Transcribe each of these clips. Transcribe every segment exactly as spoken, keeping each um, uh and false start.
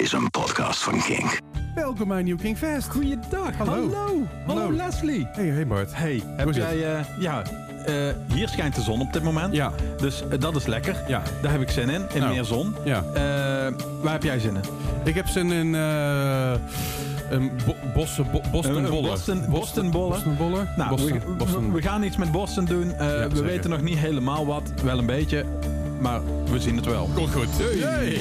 is een podcast van Kink. Welkom bij Nieuw Kink Fest. Goeiedag. Hallo. Hallo. Hallo, Hallo. Leslie. Hey, hey Bart. Hey, heb is jij... Uh, ja, uh, hier schijnt de zon op dit moment. Ja. Dus uh, dat is lekker. Ja. Daar heb ik zin in. In Nou. meer zon. Ja. Uh, waar heb jij zin in? Ik heb zin in uh, een bo- bossen, bo- Boston Uh, bollen. Boston, Boston bollen. Boston bollen. Nou, Boston, we, Boston. we gaan iets met Boston doen. Uh, we zeker. weten nog niet helemaal wat. Wel een beetje. Maar we zien het wel. Komt goed. Hey.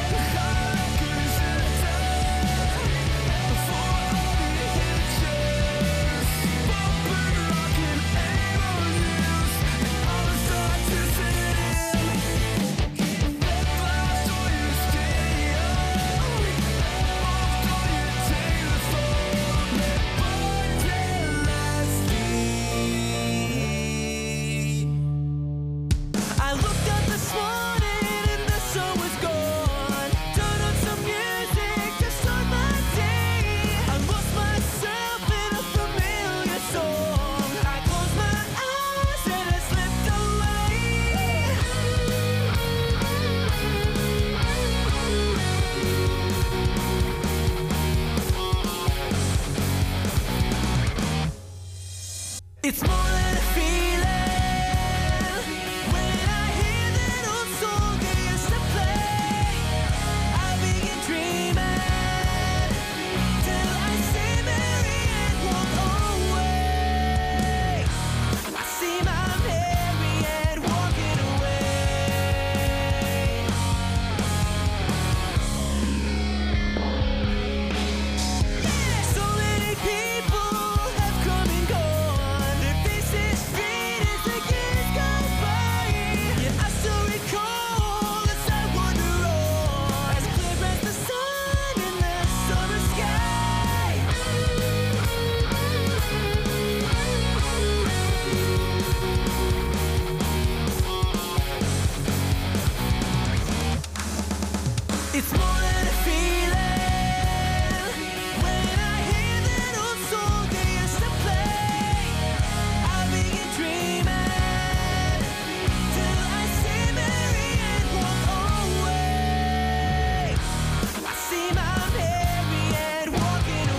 It's more than a feeling when I hear that old song they used to play. I begin dreaming till I see Mary Ann walk away. I see my Mary Ann walking away. So many people have come and gone. It's more than a feeling when I hear that old song they used to play. I begin dreaming till I see Mary Ann walk away. I see my Mary Ann walking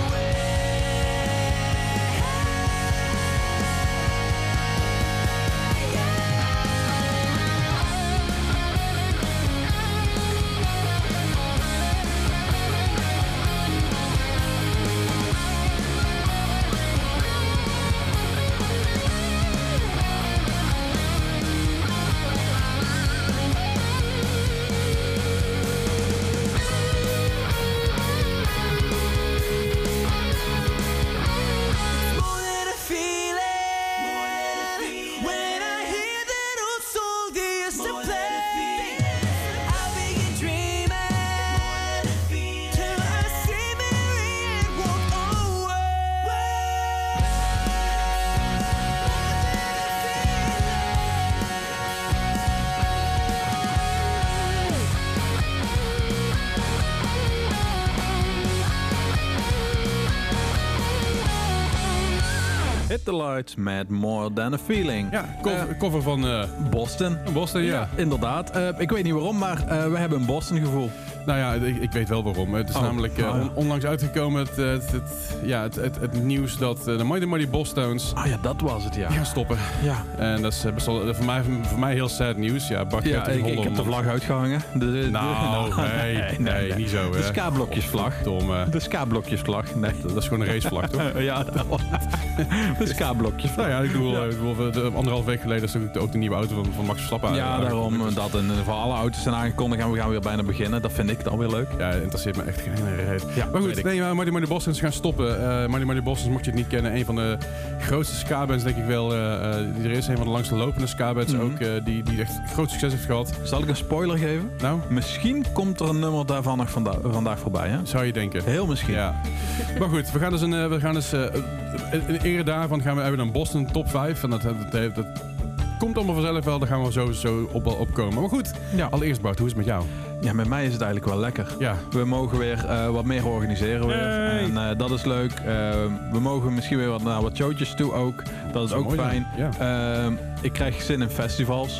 Hit the lights met More Than a Feeling. Ja, cover, Uh, cover van uh, Boston. Boston, ja. Ja, inderdaad. Uh, ik weet niet waarom, maar uh, we hebben een Boston gevoel. Nou ja, ik, ik weet wel waarom. Het is Oh. namelijk uh, Oh, ja. on- onlangs uitgekomen het, het, het, ja, het, het, het nieuws dat uh, de Mighty Mighty Bosstones Ah ja, dat was het, ja. die gaan stoppen. Ja, En dat is uh, best wel, uh, voor, mij, voor mij heel sad nieuws. Ja, Bart ja heeft een ik, ik holle heb de mond. vlag uitgehangen. De, de, Nou, de- nee, nee, nee, niet zo. De hè. ska-blokjesvlag. Domme. De ska-blokjesvlag. Nee. Dat is gewoon een racevlag, toch? Ja, dat was het. De ska-blokjesvlag. Nou ja, ik bedoel, uh, ik bedoel de, anderhalf week geleden is ook de, ook de nieuwe auto van, van Max Verstappen. Ja, uh, daarom uitgekomen. dat en voor alle auto's zijn aangekondigd en we gaan weer bijna beginnen. Dat vind ik dan weer leuk. Ja, het interesseert me echt geen ene reet. Ja, maar weet goed, ik. nee, maar Mighty Mighty Bosstones gaan stoppen. Uh, Mighty Mighty Bosstones, mocht je het niet kennen, een van de grootste ska-bands denk ik wel uh, uh, die er is. Een van de langst lopende ska-bands Mhm. ook, uh, die, die echt groot succes heeft gehad. Zal ik een spoiler geven? Nou, Misschien komt er een nummer daarvan nog vanda- vandaag voorbij, hè? zou je denken. Heel misschien. Ja. Maar goed, we gaan dus, een, uh, we gaan dus uh, in in ere daarvan gaan we hebben een Boston top vijf. En dat, dat, dat, dat komt allemaal vanzelf wel, daar gaan we sowieso op, op komen. Maar goed, Ja. allereerst Bart, hoe is het met jou? Ja, met mij is het eigenlijk wel lekker. Ja. We mogen weer uh, wat meer organiseren weer. Hey. En uh, dat is leuk. Uh, we mogen misschien weer wat naar wat showtjes toe ook. Dat is zou ook mooi fijn. zijn. Ja. Uh, ik krijg zin in festivals.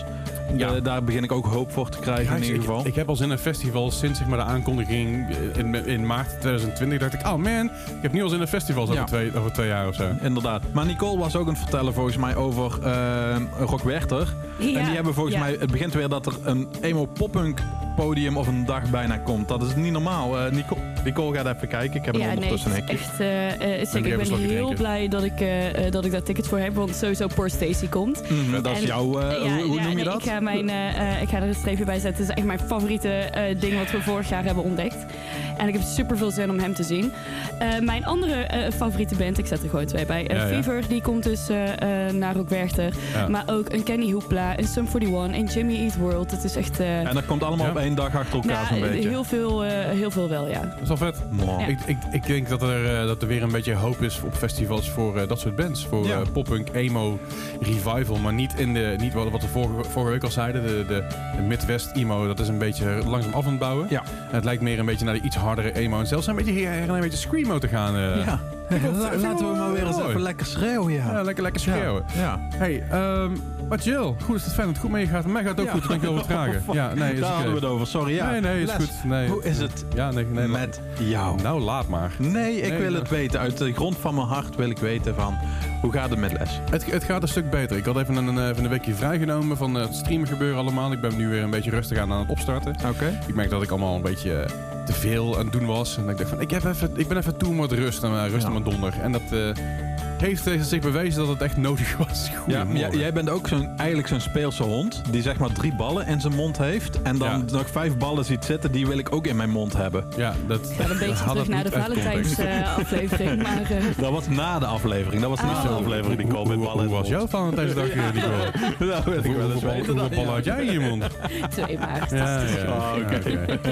Ja. Ja. Daar begin ik ook hoop voor te krijgen Ja, in ik, ieder ik, geval. ik heb al zin in festivals sinds zeg maar, de aankondiging in, in maart twintig twintig. Dacht ik, oh man, ik heb nu al zin in festivals Ja. over, twee, over twee jaar of zo. Inderdaad. Maar Nicole was ook aan het vertellen volgens mij over uh, Rock Werchter. Ja, En die hebben volgens ja. mij... Het begint weer dat er een emo poppunk podium of een dag bijna komt. Dat is niet normaal. Uh, Nicole, Nicole gaat even kijken. Ik heb Ja, hem nee, ondertussen het is hekje. echt uh, uh, even zeker. Ik een ben slokje heel drinken. blij dat ik, uh, uh, dat ik daar tickets voor heb, want sowieso Poor Stacy komt. Mm, dat is En- jouw... Uh, Ja, hoe hoe ja, noem je nee, dat? Ik ga, mijn, uh, uh, ik ga er een streepje bij zetten. Het is echt mijn favoriete uh, ding wat we vorig jaar hebben ontdekt. En ik heb super veel zin om hem te zien. Uh, mijn andere uh, favoriete band, ik zet er gewoon twee bij. Uh, Ja, ja. Fever, die komt dus uh, uh, naar Rock Werchter. Ja. Maar ook een Kenny Hoopla, een Sum eenenveertig en Jimmy Eat World. Het is echt... uh, En dat komt allemaal Ja. op één dag achter elkaar zo'n nou, beetje. heel veel, uh, heel veel wel, ja. Dat is wel vet. Mooi. Ja. Ik, ik, ik denk dat er, uh, dat er weer een beetje hoop is op festivals voor uh, dat soort bands. Voor Ja. uh, poppunk, emo, revival. Maar niet, in de, niet wat, wat we vorige, vorige week al zeiden. De, de, de Midwest emo, dat is een beetje langzaam af aan het bouwen. Ja. En het lijkt meer een beetje naar de iets hardere emo. En zelfs een beetje hier en een beetje screamo te gaan. Uh. Ja. La- Laten we maar weer eens mooi. even lekker schreeuwen, ja. Ja, lekker, lekker schreeuwen. Ja. Hey, um, maar Jill, goed is het fijn dat het goed met je gaat. Mij gaat het ook Ja. goed, denk ik wel wat trager. Ja, nee, is Daar hadden we oké. het over, sorry. Ja. Nee, nee, is Les, goed. Nee. Hoe is het Ja, nee, nee. met jou? Nou, laat maar. Nee, ik Nee, wil nee. het weten. Uit de grond van mijn hart wil ik weten van... Hoe gaat het met Les? Het, het gaat een stuk beter. Ik had even een, een, even een weekje vrijgenomen van uh, het streamen gebeuren allemaal. Ik ben nu weer een beetje rustig aan aan het opstarten. Oké. Ik merk dat ik allemaal een beetje uh, te veel aan het doen was. En ik dacht van, ik, heb even, ik ben even toe met rust en uh, rust Ja. aan mijn donder. En dat uh, heeft uh, zich bewezen dat het echt nodig was. Ja, Goedemorgen. maar jij, jij bent ook zo'n, eigenlijk zo'n speelse hond... die zeg maar drie ballen in zijn mond heeft... en dan Ja. nog vijf ballen ziet zitten... die wil ik ook in mijn mond hebben. Ja, dat Wel een beetje had terug het naar de niet uit context. Valentijns uh, aflevering. Maar, uh, Dat was na de aflevering. Dat was niet Oh. zo'n aflevering die kwam Hoe, met hoe, ballen in hoe de was mond. jouw Valentijnsdag, uh, Nicole? Dat wil ik wel eens Hoeveel weten. ballen dan, ja. had jij in je mond? twee maart. Ja, Dus- ja. Oh, oké. Ja, oké.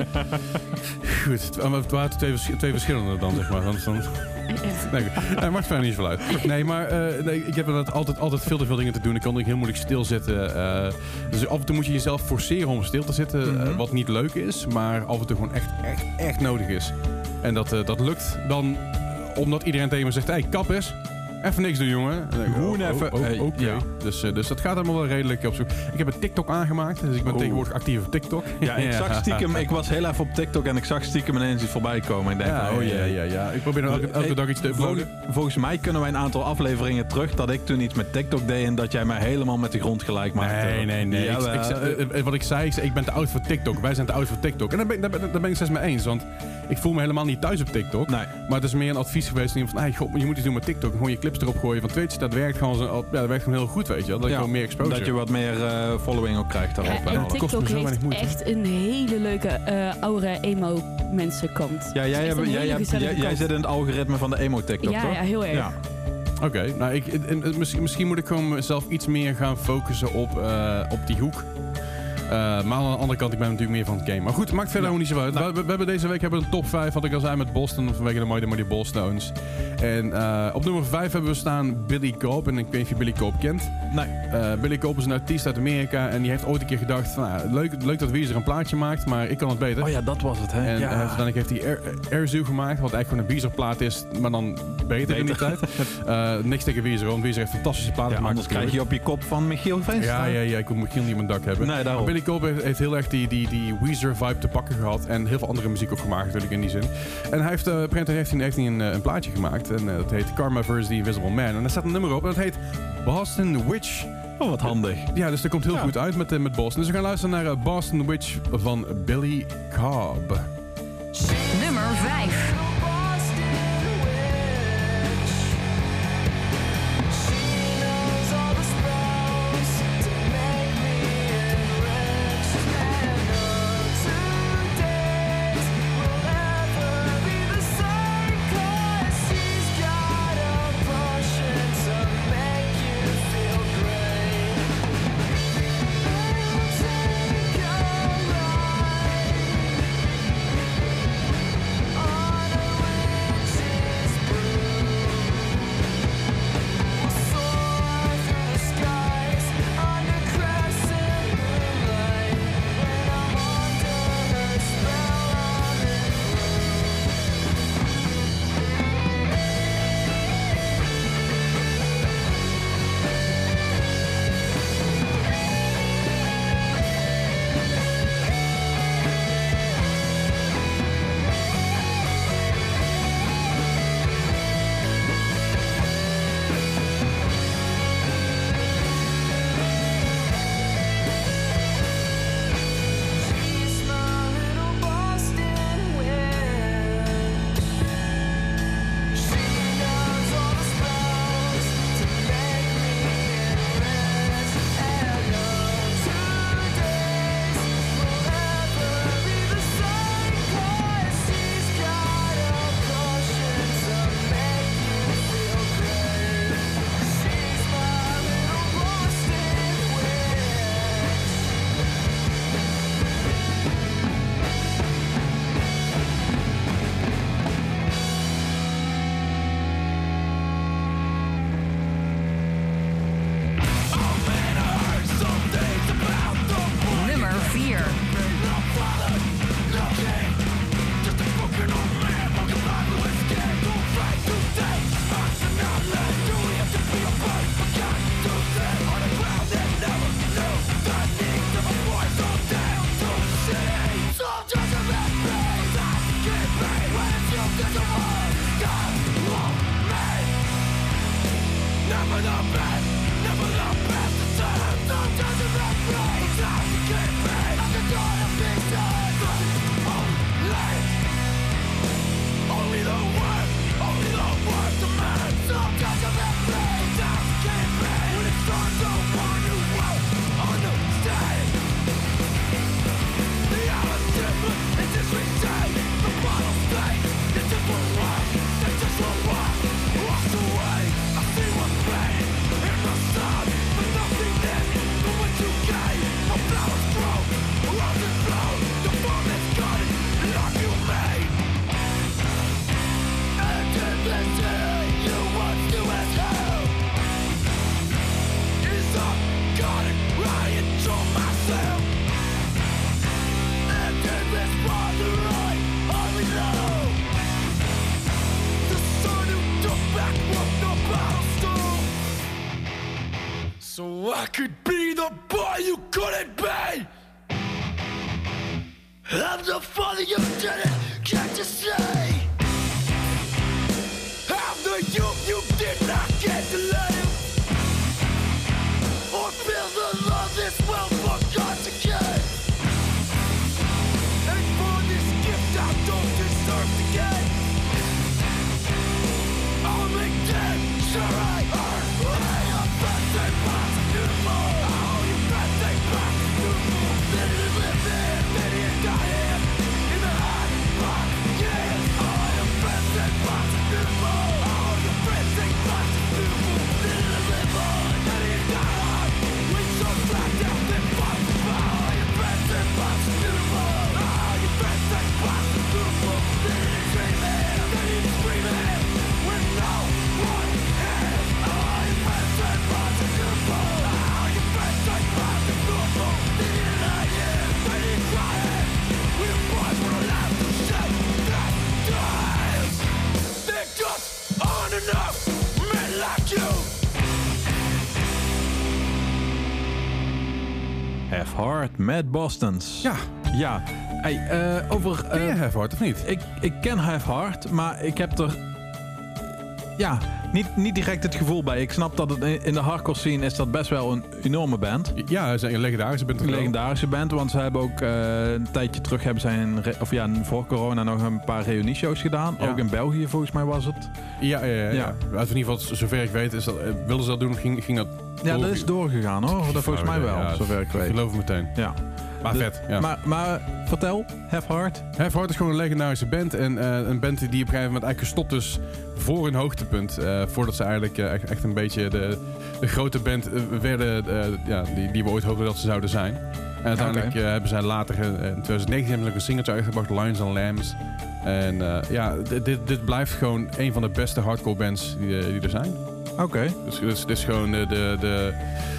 Goed, het wa- het waren twee, vers- twee verschillende dan, zeg maar. Dan, dan, nee, goed. Nee, maakt verder niet zoveel uit. Nee, maar uh, nee, ik heb inderdaad altijd, altijd veel te veel dingen te doen. Ik kan ook heel moeilijk stilzitten. Uh, dus af en toe moet je jezelf forceren om stil te zitten. uh, Mhm. wat niet leuk is, maar af en toe gewoon echt, echt, echt nodig is. En dat, uh, dat lukt dan uh, omdat iedereen tegen me zegt... Hey, kap eens. Even niks doen, jongen. En dan denk ik, Gewoon oh, even, oh, oh, hey, Oké. ja. Dus, uh, dus dat gaat allemaal wel redelijk op zoek. Ik heb een TikTok aangemaakt. Dus ik ben Oh. tegenwoordig actief op TikTok. Ja, ik zag stiekem... Ik was heel even op TikTok... en ik zag stiekem ineens iets voorbij komen. Ik denk Ja, van, oh ja, jee. ja, ja. Ik probeer dan elke, elke Hey, dag iets te uploaden. Vol- volgens mij kunnen wij een aantal afleveringen terug... dat ik toen iets met TikTok deed... en dat jij mij helemaal met de grond gelijk maakte. Nee, nee, nee. Ik, Jawel. ik, zei- eh, eh, wat ik zei, ik zei, ik ben te oud voor TikTok. Wij zijn te oud voor TikTok. En daar ben, ik- daar, ben- daar ben ik het steeds mee eens. Want ik voel me helemaal niet thuis op TikTok. Nee. Maar het is meer een advies geweest van, hey, god, je moet iets doen met TikTok. Gewoon je clips erop gooien. Want weet je, dat werkt gewoon, zo, ja, dat werkt gewoon heel goed, weet je wel. Dat je Ja, gewoon meer exposure. Dat je wat meer eh, following ook krijgt daarop. Ja, en en alles. kost me TikTok zo weinig heeft moeite. echt een hele leuke uh, aura emo mensen kant. Ja, jij, Echt hebt, een jij, hele hebt, gezellige jij, jij kant. zit in het algoritme van de emo-TikTok, Ja, toch? ja, heel erg. Ja. Oké, nou, ik, en- en misschien, misschien moet ik gewoon mezelf iets meer gaan focussen op, uh, op die hoek. Uh, maar aan de andere kant, ik ben natuurlijk meer van het game. Maar goed, maakt verder Ja. helemaal niet zo uit. We, we, we hebben deze week hebben we een top vijf, wat ik al zei, met Boston. Vanwege de Mighty Mighty Ballstones. En uh, op nummer vijf hebben we staan Billy Cope. En ik weet niet of je Billy Cope kent. Nee. Uh, Billy Cope is een artiest uit Amerika. En die heeft ooit een keer gedacht van, nou, leuk, leuk dat Weezer een plaatje maakt, maar ik kan het beter. Oh ja, dat was het, hè? En ja. uh, uiteindelijk heeft hij Air, Air Zoo gemaakt, wat eigenlijk gewoon een Weezer-plaat is, maar dan beter, in die tijd. Uh, niks tegen Weezer, want Weezer heeft fantastische platen Ja, gemaakt. anders krijg je op je kop van Michiel Veenstra. Ja, ja, ja, ik moet Michiel niet op mijn dak hebben. Nee, daarom. Maar Billy Cope heeft, heeft heel erg die, die, die Weezer-vibe te pakken gehad. En heel veel andere muziek ook gemaakt natuurlijk in die zin. En hij heeft, uh, op een gegeven moment heeft hij, heeft hij een, uh, een plaatje gemaakt. En uh, dat heet Karma versus The Invisible Man. En daar staat een nummer op en dat heet Boston Witch. Oh, wat handig. Ja, dus dat komt heel Ja. goed uit met, uh, met Boston. Dus we gaan luisteren naar uh, Boston Witch van Billy Cobb. Nummer vijf. Take your life. So I could be the boy you couldn't be. I'm the father you didn't get to see. I'm the youth you did not get to live. Or build the love this world forgot to give. And for this gift I don't deserve to get. I'll make them sure I earn. I am birthday box beautiful. Oh, you birthday box beautiful. Let it live in, let it die in. In the hot rock, yeah. I am birthday box beautiful. Oh, you birthday box beautiful. Let it live on, let it die on. We so black down the box. Oh, you birthday box beautiful. Oh, you birthday box beautiful. Let it dream in, let it scream in. When no one is. Oh, you birthday box beautiful. Oh, you birthday box beautiful. Let it lie in, let it cry in. We're born for a life to shed that dies. There just aren't enough men like you. Have Heart, Mad Bostons. Ja, Ja. Hey, eh, over... eh, ken je Have Heart of niet? ik, ik ken Have Heart, maar ik heb er... Ja, niet, niet direct het gevoel bij. Ik snap dat het in in de hardcore scene is dat best wel een enorme band. Ja, ze zijn een legendarische band. Een legendarische band, want ze hebben ook eh, een tijdje terug hebben zij een re- of ja, voor corona nog een paar reunieshows gedaan. Ja. Ook in België volgens mij was het. Ja, ja, ja. ja. Ja. Uit in ieder geval, zover ik weet, is dat, eh, wilden ze dat doen, ging, ging dat Ja, door- dat is doorgegaan hoor. Dat volgens mij wel, Ja, zover ik weet. geloof ik meteen. Ja. Maar De- vet, ja. Maar, maar vertel, Have Heart. Have Heart is gewoon een legendarische band. En eh, een band die op een gegeven moment eigenlijk gestopt is voor hun hoogtepunt. Eh, voordat ze eigenlijk eh, echt, echt een beetje de, de grote band eh, werden eh, ja, die, die we ooit hoopten dat ze zouden zijn. En uiteindelijk Oké. eh, hebben zij later eh, in twintig negentien hebben ze ook een singeltje uitgebracht, Lions and Lambs. En eh, ja, dit, dit, dit blijft gewoon een van de beste hardcore bands die, eh, die er zijn. Oké. Dus dit is, dit is gewoon de, de, de...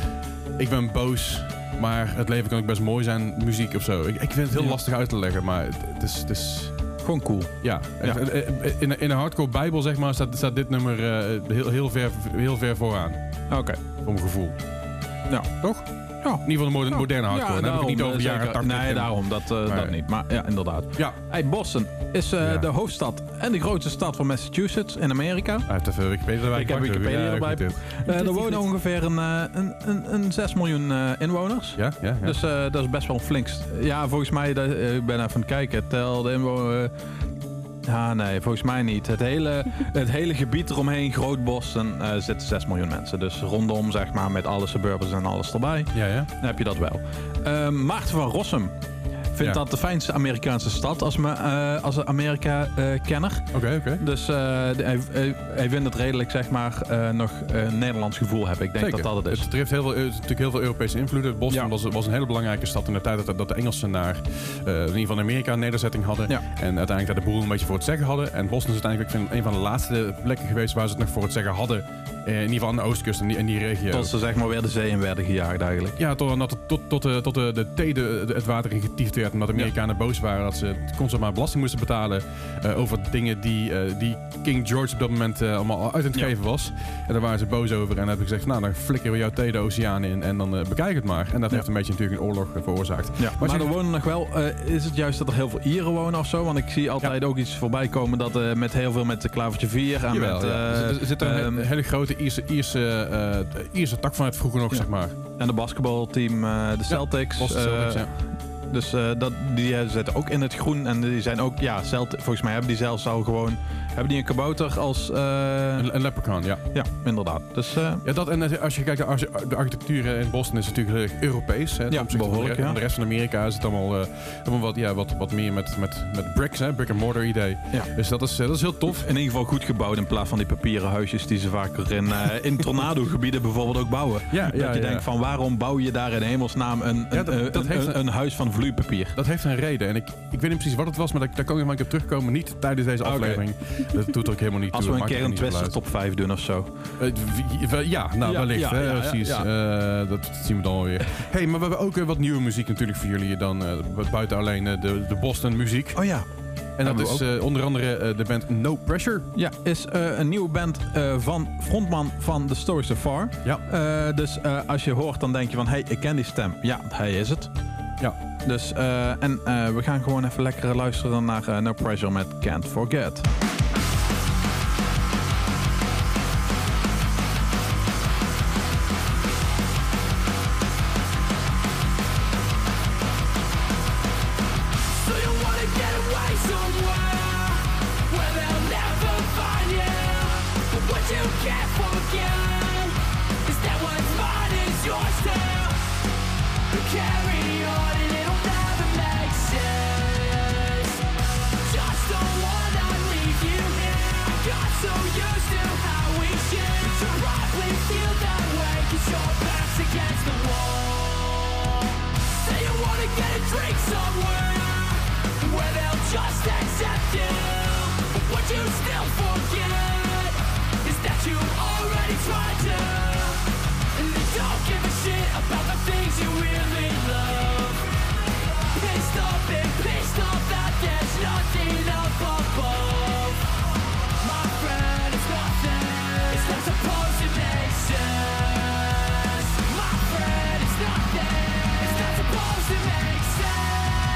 Ik ben boos, maar het leven kan ook best mooi zijn, muziek of zo. Ik, ik vind het heel Ja. lastig uit te leggen, maar het, het is... Het is Gewoon cool. ja, Ja. echt, eh, eh, in, de- in de hardcore bijbel zeg maar staat, staat dit nummer eh, heel, heel, ver, heel ver vooraan. Oké. Voor mijn gevoel. Ja. Toch? Ja. In ieder geval de moderne, moderne hardcore. Ja, Dan heb ik het niet daarom, over de eh, jaren zeker. tachtig. Nee, daarom. Dat, eh, Maar- dat niet. Maar ja, inderdaad. Ja, Hey, Boston is eh, Ja. de hoofdstad en de grootste stad van Massachusetts in Amerika. hij heeft even Wikipedia erbij Ik heb gepakt. Wikipedia Ja, erbij. goed dit. Eh, er hij wonen goed. ongeveer een, eh, een, een, een zes miljoen eh, inwoners. Ja, ja, ja. Dus eh, dat is best wel een flink. st- Ja, volgens mij, dat, eh, ik ben even aan het kijken. Tel de inwoners. Ja, nee, volgens mij niet. Het hele, het hele gebied eromheen, Groot Boston, eh zitten zes miljoen mensen. Dus rondom, zeg maar, met alle suburbs en alles erbij, ja, ja. dan heb je dat wel. Eh, Maarten van Rossum vindt Ja. dat de fijnste Amerikaanse stad als, me, eh, als een Amerika-kenner. Oké, oké. Dus eh, de- hij, hij- hij vindt het redelijk, zeg maar, eh, nog een Nederlands gevoel hebben. Ik denk Zeker. dat dat het is. Het heeft heel veel, het heeft natuurlijk heel veel Europese invloeden. Boston Ja. was, was een hele belangrijke stad in de tijd dat, dat de Engelsen naar, eh, in ieder geval in Amerika een nederzetting hadden. Ja. En uiteindelijk daar de boeren een beetje voor het zeggen hadden. En Boston is uiteindelijk ik vind, een van de laatste plekken geweest waar ze het nog voor het zeggen hadden. Eh, in ieder geval aan de oostkust en die, in die regio. Tot ze, zeg maar, weer de zee in werden gejaagd eigenlijk. Ja, tot, tot, tot, tot, de, tot de, de thee de, de- het water in getiefd werd gezet. Omdat Amerikanen ja. boos waren dat ze constant maar belasting moesten betalen. Uh, over dingen die, uh, die King George op dat moment uh, allemaal uit aan het geven ja. was. En daar waren ze boos over. En dan heb ik gezegd, nou dan flikkeren we jou tegen de oceaan in. En dan uh, bekijk het maar. En dat ja. heeft een beetje natuurlijk een oorlog uh, veroorzaakt. Ja, maar, maar er wonen nog wel... Uh, is het juist dat er heel veel Ieren wonen of zo? Want ik zie altijd ja. ook iets voorbij komen dat uh, met heel veel met de klavertje vier. En Jawel, met, ja. uh, er zit er um, een hele grote Ierse, Ierse, uh, Ierse tak van het vroeger nog, ja. zeg maar. En de basketbalteam, uh, de Celtics. Ja, Boston Celtics, uh, ja. Dus uh, dat, die zitten ook in het groen. En die zijn ook, ja, Celt- volgens mij hebben die zelfs al gewoon... Hebben die een kabouter als... Uh, een, een leprechaun, ja. Ja, inderdaad. Dus, uh, ja, dat, en als je kijkt naar de architectuur in Boston is het natuurlijk heel erg Europees. Hè, ja, behoorlijk, de, ja. de rest van Amerika is het allemaal, uh, allemaal wat, ja, wat, wat meer met, met, met bricks, hè, brick and mortar idee. Ja. Dus dat is, dat is heel tof. In ieder geval goed gebouwd in plaats van die papieren huisjes die ze vaker in, uh, in tornado-gebieden bijvoorbeeld ook bouwen. Ja, dat ja, je ja. denkt van waarom bouw je daar in hemelsnaam een, ja, dat, een, dat een, heeft een, een, een huis van vloeipapier. Dat heeft een reden. En ik, ik weet niet precies wat het was, maar daar, daar kan ik nog een keer op terugkomen. Niet tijdens deze Okay. aflevering. Dat doet er ook helemaal niet Als toe. we een keer een Twister top vijf doen of zo. Uh, ja, nou ja, wellicht. Ja, hè, ja, ja, precies. ja. Uh, dat zien we dan alweer. Hey, maar we hebben ook uh, wat nieuwe muziek natuurlijk voor jullie dan. Uh, buiten alleen uh, de, de Boston muziek. Oh ja. En dat is uh, onder andere uh, de band No Pressure. Ja, is uh, een nieuwe band uh, van frontman van The Story So Far. Ja. Uh, dus uh, als je hoort, dan denk je van, hey, ik ken die stem. Ja, hij is het. Ja. Dus, uh, en uh, we gaan gewoon even lekker luisteren naar uh, No Pressure met Can't Forget.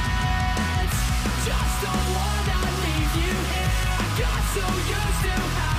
Just don't wanna leave you here. I got so used to how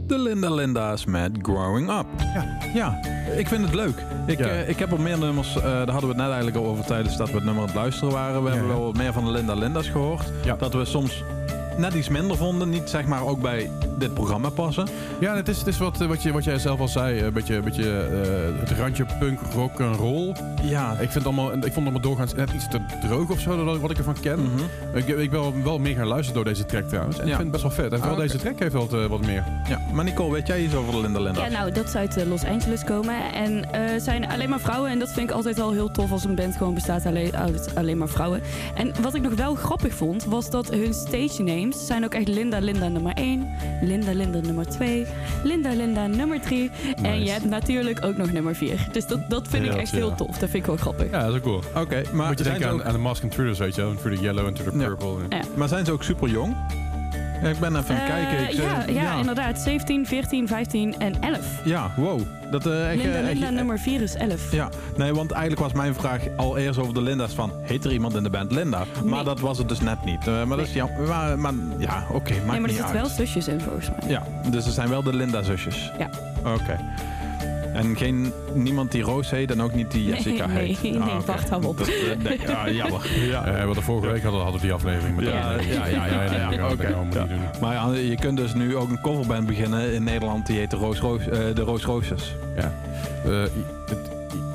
De Linda Linda's met Growing Up. Ja. Ja, ik vind het leuk. Ik, Ja. uh, ik heb al meer nummers, uh, daar hadden we het net eigenlijk al over tijdens dat we het nummer aan het luisteren waren. We Ja, hebben ja. wel wat meer van de Linda Linda's gehoord. Ja. Dat we soms net iets minder vonden. Niet zeg maar ook bij dit programma passen. Ja, het is, het is wat, eh, wat, je, wat jij zelf al zei. Een beetje, een beetje eh, het randje punk, rock en roll. Ja. Ik, vind het allemaal, ik vond het allemaal doorgaans net iets te droog of zo, dat- wat ik ervan ken. Mhm. Ik, ik ben wel, wel meer gaan luisteren door deze track trouwens. En Ja. ik vind het best wel vet. En vooral Ah, oké. deze track heeft wel wat, wat meer. Ja, maar Nicole, weet jij iets over de Linda Linda's? Ja, nou, dat ze uit eh, Los Angeles komen. En eh zijn alleen maar vrouwen. En dat vind ik altijd al heel tof als een band gewoon bestaat alleen, uit alleen maar vrouwen. En wat ik nog wel grappig vond, was dat hun stage names zijn ook echt Linda Linda nummer één, Linda Linda nummer twee, Linda Linda nummer drie. En Nice. je hebt natuurlijk ook nog nummer vier. Dus dat, dat vind Ja, ik echt ja. heel tof. Dat vind ik wel grappig. Ja, dat is ook cool. Oké, maar, Moet je zijn denken ze aan, ook, aan de Mask Intruders, weet je wel. Through the yellow and through the Ja. purple. Ja. maar zijn ze ook super jong? Ja, ik ben even aan het Eh, kijken. Ik, ja, zeg- ja, inderdaad. zeventien, veertien, vijftien en elf. Ja, wow. Dat, uh, echt, Linda eh, Linda echt- nummer vier is elf. Ja, nee, want eigenlijk was mijn vraag al eerst over de Linda's van... Heet er iemand in de band Linda? Maar Nee. dat was het dus net niet. Uh, maar dat is jammer. Maar, maar ja, oké, okay, maakt Nee, maar er niet zitten uit. wel zusjes in volgens mij. Ja, dus er zijn wel de Linda-zusjes. Ja. Oké. En geen, niemand die Roos heet en ook niet die Jessica Nee, heet? nee, nee, oké. wacht, hou op. Dat, eh, nee, ja, jammer. Ja. Eh, wat de vorige week hadden, hadden we die aflevering met Ja, de- ja, ja, ja, Nee, nee, ja, dat gaan we- oké. dat gaan we Ja. niet doen. Maar ja, je kunt dus nu ook een coverband beginnen in Nederland. Die heet de Roos, Roos, eh, de Roos Roosjes. Ja. Eh, i- het-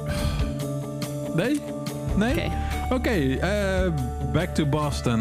Nee? Nee? Oké. Oké, eh, back to Boston.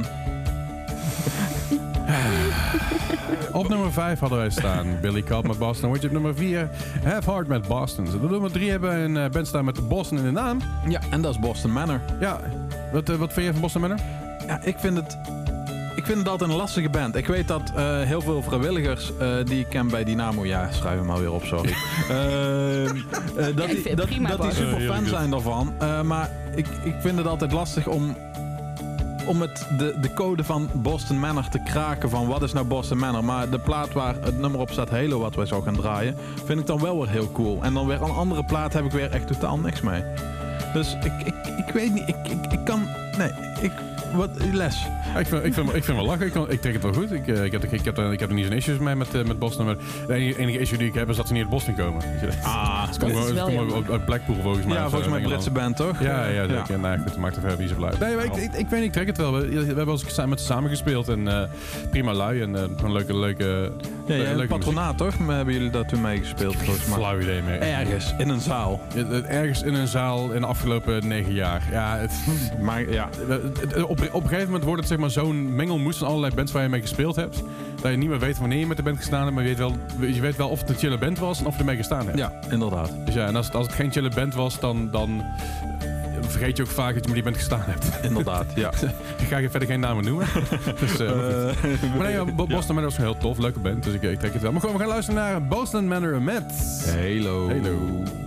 Op nummer vijf hadden wij staan Billy Cobb met Boston. Word je op nummer vier Have Heart met Boston. Op nummer drie hebben we een eh, band staan met Boston in de naam. Ja, en dat is Boston Manor. Ja, wat, eh, wat vind je van Boston Manor? Ja, ik vind het... Ik vind het altijd een lastige band. Ik weet dat eh, heel veel vrijwilligers eh, die ik ken bij Dynamo... Ja, schrijf hem maar weer op, sorry. Eh, eh, dat die, dat, Prima, dat die Bas. super Eh, heel fan goed. zijn daarvan. Eh, maar ik, ik vind het altijd lastig om... om het, de, de code van Boston Manor te kraken van wat is nou Boston Manor. Maar de plaat waar het nummer op staat, Halo, wat wij zo gaan draaien, vind ik dan wel weer heel cool. En dan weer een andere plaat heb ik weer echt totaal niks mee. Dus ik, ik, ik weet niet, ik, ik, ik kan... Nee, ik... Wat, les. Ja, ik, vind, ik, vind, ik vind wel lachen. Ik, kan, ik trek het wel goed. Ik, eh, ik, heb, ik, heb, er- ik heb er niet zo'n issues mee met, eh, met Boston. Maar de enige, enige issue die ik heb is dat ze niet uit Boston komen. Weet je, Ah, Ze komen, Dat is ze wel komen jammer. uit- uit Blackpool volgens mij. ja, of zo, volgens mij in Britse Engeland. band, toch? Ja, ja, zeker. Nou goed, dat maakt er verder niet zoveel uit. Nee, maar ik, ik, ik weet niet, ik trek het wel. We, we hebben wel eens samen met ze samen gespeeld. En uh, prima lui. En uh, gewoon leuke, leuke, Ja, ja, leuke Patronaat, toch? Maar hebben jullie daar toen mee gespeeld, volgens mij? flauw idee meer. Ergens, in een zaal. Ja, Ergens in een zaal in de afgelopen negen jaar. Ja, het, Maar ja, op, op een gegeven moment wordt het zeg maar zo'n mengelmoes van allerlei bands waar je mee gespeeld hebt. Dat je niet meer weet wanneer je met de band gestaan hebt. Maar je weet wel, je weet wel of het een chille band was en of je ermee gestaan hebt. ja, inderdaad. Dus ja, en als het, als het geen chille band was, dan, dan vergeet je ook vaak dat je met die band gestaan hebt. Inderdaad, ja. Ik ga je verder geen namen noemen. dus, uh, maar, goed. maar nee, ja, Bo- Boston Manor was heel tof. Leuke band, dus ik, ik trek het wel. Maar gewoon, we gaan luisteren naar Boston Manor met... Halo. Halo.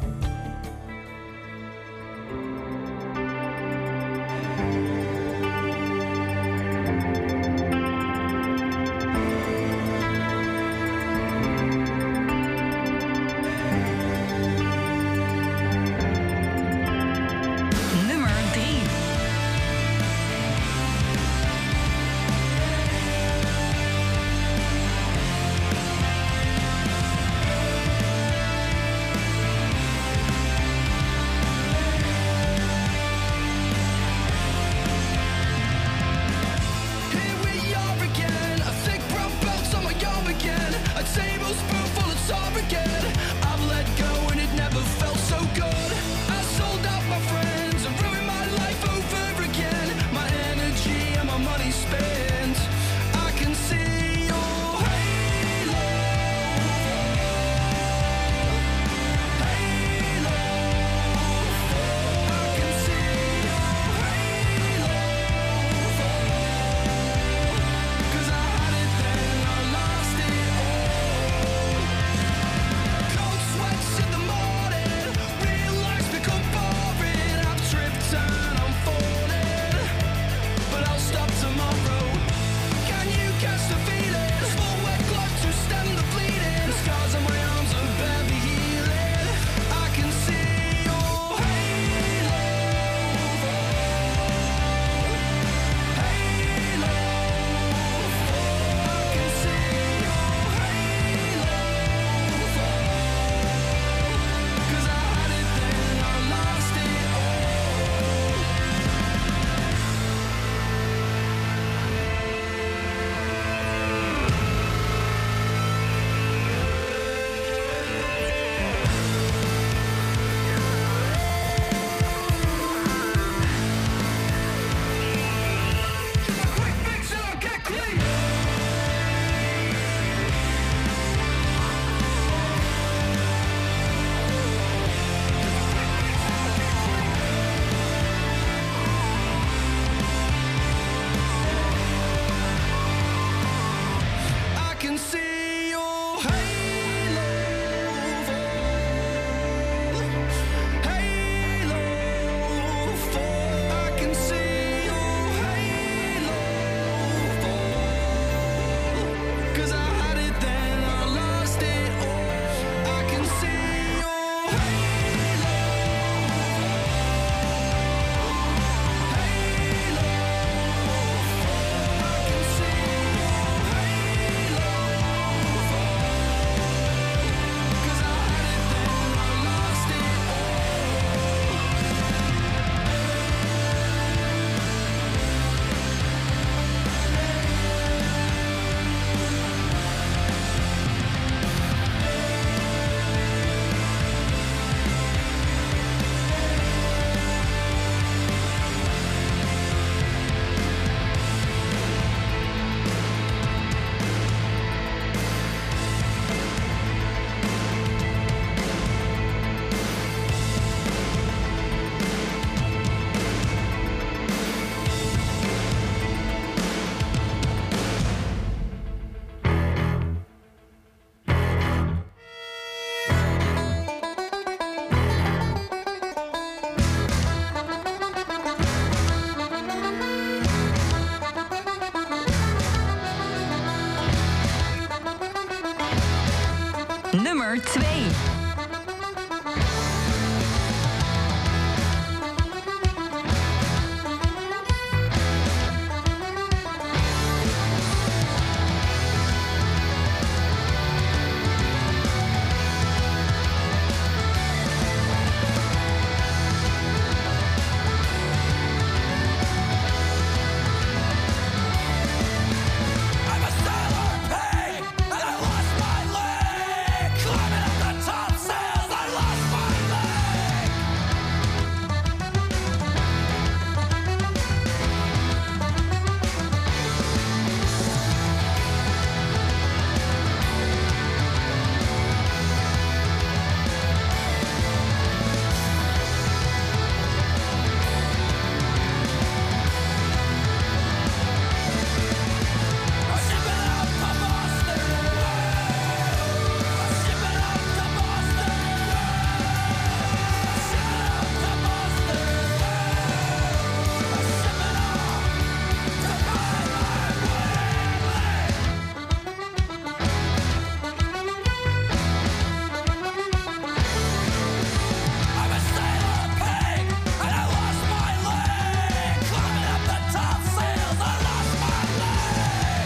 Nummer drie. Thank can see your halo fall. Halo fall. I can see your halo fall. 'Cause I had it then, I lost it all. I can see your halo Nummer twee. I'm a sailor pig, and I lost my leg. Climbing up the top sails, I lost my leg. I'm shipping out to Boston. I'm shipping out to Boston. I'm shipping out to Boston. I'm shipping out to buy my I'm a sailor pig, and I lost my leg. Climbing up the top sails, I lost my leg.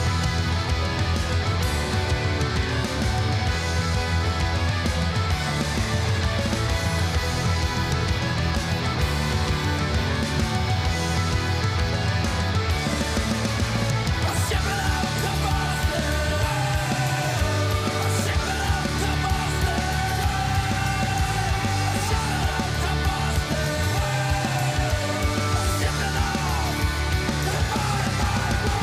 I'm shipping out to Boston. I'm shipping out to Boston. I'm shipping out to Boston. I'm shipping out to buy my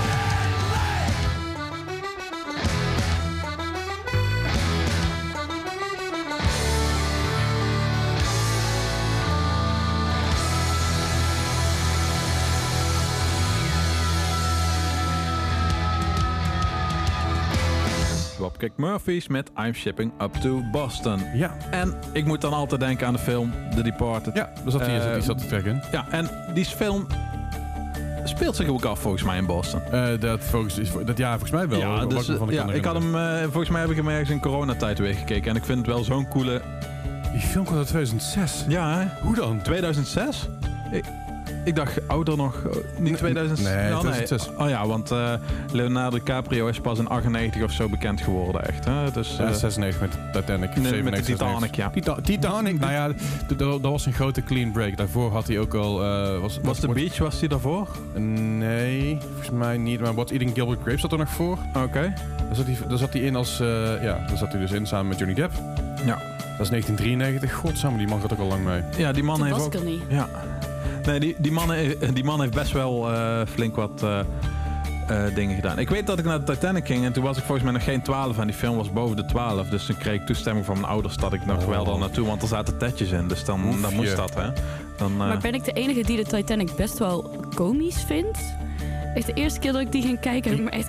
Dropkick Murphys met I'm Shipping Up to Boston. Ja. En ik moet dan altijd denken aan de film The Departed. Ja, daar zat hij Eh, die zat de track in. Ja, en die film speelt zich ook af volgens mij in Boston. Eh, dat, volgens, is, dat ja, volgens mij wel. ja, Wat dus, me van de ja kan ik had herinneren. hem, eh, volgens mij heb ik hem ergens in coronatijd weer gekeken. En ik vind het wel zo'n coole... Die film kwam uit tweeduizend zes. Ja, hè? Hoe dan? tweeduizend zes? Ik, ik dacht ouder nog. oh, Niet tweeduizend zes? Nee, Ja, tweeduizend zes. Oh ja, want eh, Leonardo DiCaprio is pas in achtennegentig of zo bekend geworden, echt. Hè? Dus, Ja, eh, zesennegentig met Titanic. met de zevenennegentig, Titanic, ja. Tita- Titanic, nou ja, d- d- dat was een grote clean break. Daarvoor had hij ook al... eh, was, Was The wordt- Beach, was die daarvoor? Nee, volgens mij niet. Maar What's Eating Gilbert Grape zat er nog voor. Oké. Daar zat hij, daar zat hij in als... eh, ja, daar zat hij dus in samen met Johnny Depp. Ja. Dat is negentien drieënnegentig. Godsamme, die man gaat ook al lang mee. Ja, die man Dat heeft was ook... ik er niet. Ja. Nee, die, die, man, heeft- die man heeft best wel eh, flink wat eh, eh, dingen gedaan. Ik weet dat ik naar de Titanic ging en toen was ik volgens mij nog geen twaalf en die film was boven de twaalf. Dus toen kreeg ik toestemming van mijn ouders dat ik nog Oh. wel dan naartoe, want er zaten tetjes in. Dus dan, Oef, dan moest je. dat, hè. Dan, eh, Maar ben ik de enige die de Titanic best wel komisch vindt? Echt de eerste keer dat ik die ging kijken, heb ik me echt kapot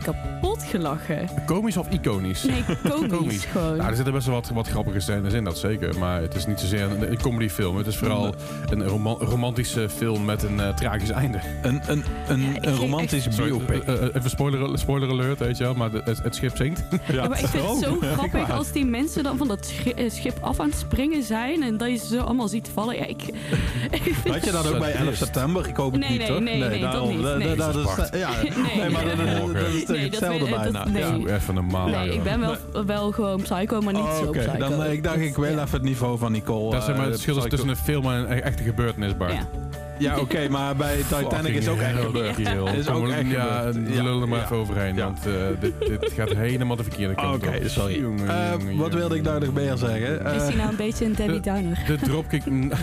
kapot gelachen. Komisch of iconisch? Nee, komisch, Komisch. gewoon. Nou, er zitten best wel wat, wat grappige scènes in, dat zeker. Maar het is niet zozeer een, een comedyfilm. Het is vooral een roma- romantische film met een uh, tragisch einde. Een, een, een, Ja, ik een ging romantisch Sorry, biopic. uh, uh, even spoiler, spoiler alert, weet je wel. Maar de, het, het schip zinkt. Ja, maar ik vind het zo Oh, grappig waar. als die mensen dan van dat schi- eh, schip af aan het springen zijn en dat je ze zo allemaal ziet vallen. Ja, ik, ik vind Had je dat ook bij Sadist. elf september? Ik hoop het Nee, niet, nee, toch? nee, nee, dat daarom- niet. da- Nee. da- dat is- Apart. ja, Nee. nee, maar dat, dat, dat is toch Nee, dat hetzelfde weet- dat- bijna. nee. Ja. Doe even normaal. Nee, joh. ik ben wel, wel gewoon psycho, maar niet Oh, zo Oké, psycho. dan eh, ik dacht ik wil ja. even het niveau van Nicole. Dat is zeg maar eh, het verschil is psycho- tussen een film en een echte gebeurtenis, Bart. Ja. Ja, oké, maar bij Titanic is ook echt Fucking gebeurd. hell, kerel. Is ook Kom, echt ja, gebeurd. Ja, lul er maar Ja. even overheen, Ja. want uh, dit, dit gaat helemaal de verkeerde kant op. Oké, sorry. Jongen, Uh, jongen, wat wilde ik daar nog meer zeggen? Uh, Is hij nou een beetje een Debbie Downer? De Dropkick...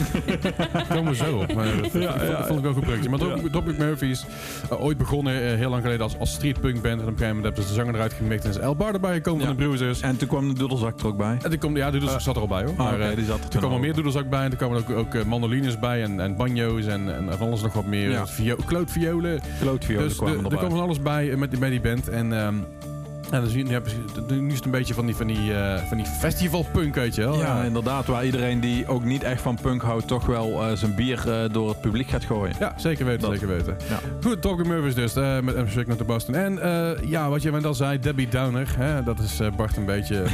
Kom er zo op. Maar dat Ja, dat ja, vond ik wel een goed projectje. Maar Drop- ja. Dropkick Murphys, uh, ooit begonnen uh, heel lang geleden als, als streetpunk band. En op een gegeven moment hebben ze de zanger eruit gemikt en is El Bar erbij gekomen Ja. van de Bruisers. En toen kwam de doedelzak er ook bij. En toen kwam, ja, Doedelzak Uh, zat er al bij hoor. Oh, Maar, oké, uh, die zat er toen toen kwam er al. meer Doedelzak bij en toen kwamen er ook, ook uh, mandolines bij en, en banjo's en, en van alles nog wat meer. Ja. Vio- klootviolen. Klootviolen Dus de- kwamen er erbij. kwam van alles bij uh, met, met die band. En, um, en dan zie je, nu, hebben ze- nu is het een beetje van die, van die, uh, van die festivalpunk, weet je wel. Ja, Uh, inderdaad, waar iedereen die ook niet echt van punk houdt, toch wel uh, zijn bier uh, door het publiek gaat gooien. Ja, zeker weten, Dat. zeker weten. Ja. Goed, Dropkick Murphys dus, uh, met M. Sick to Boston. En uh, ja, wat je net al zei, Debbie Downer, hè, dat is uh, Bart een beetje...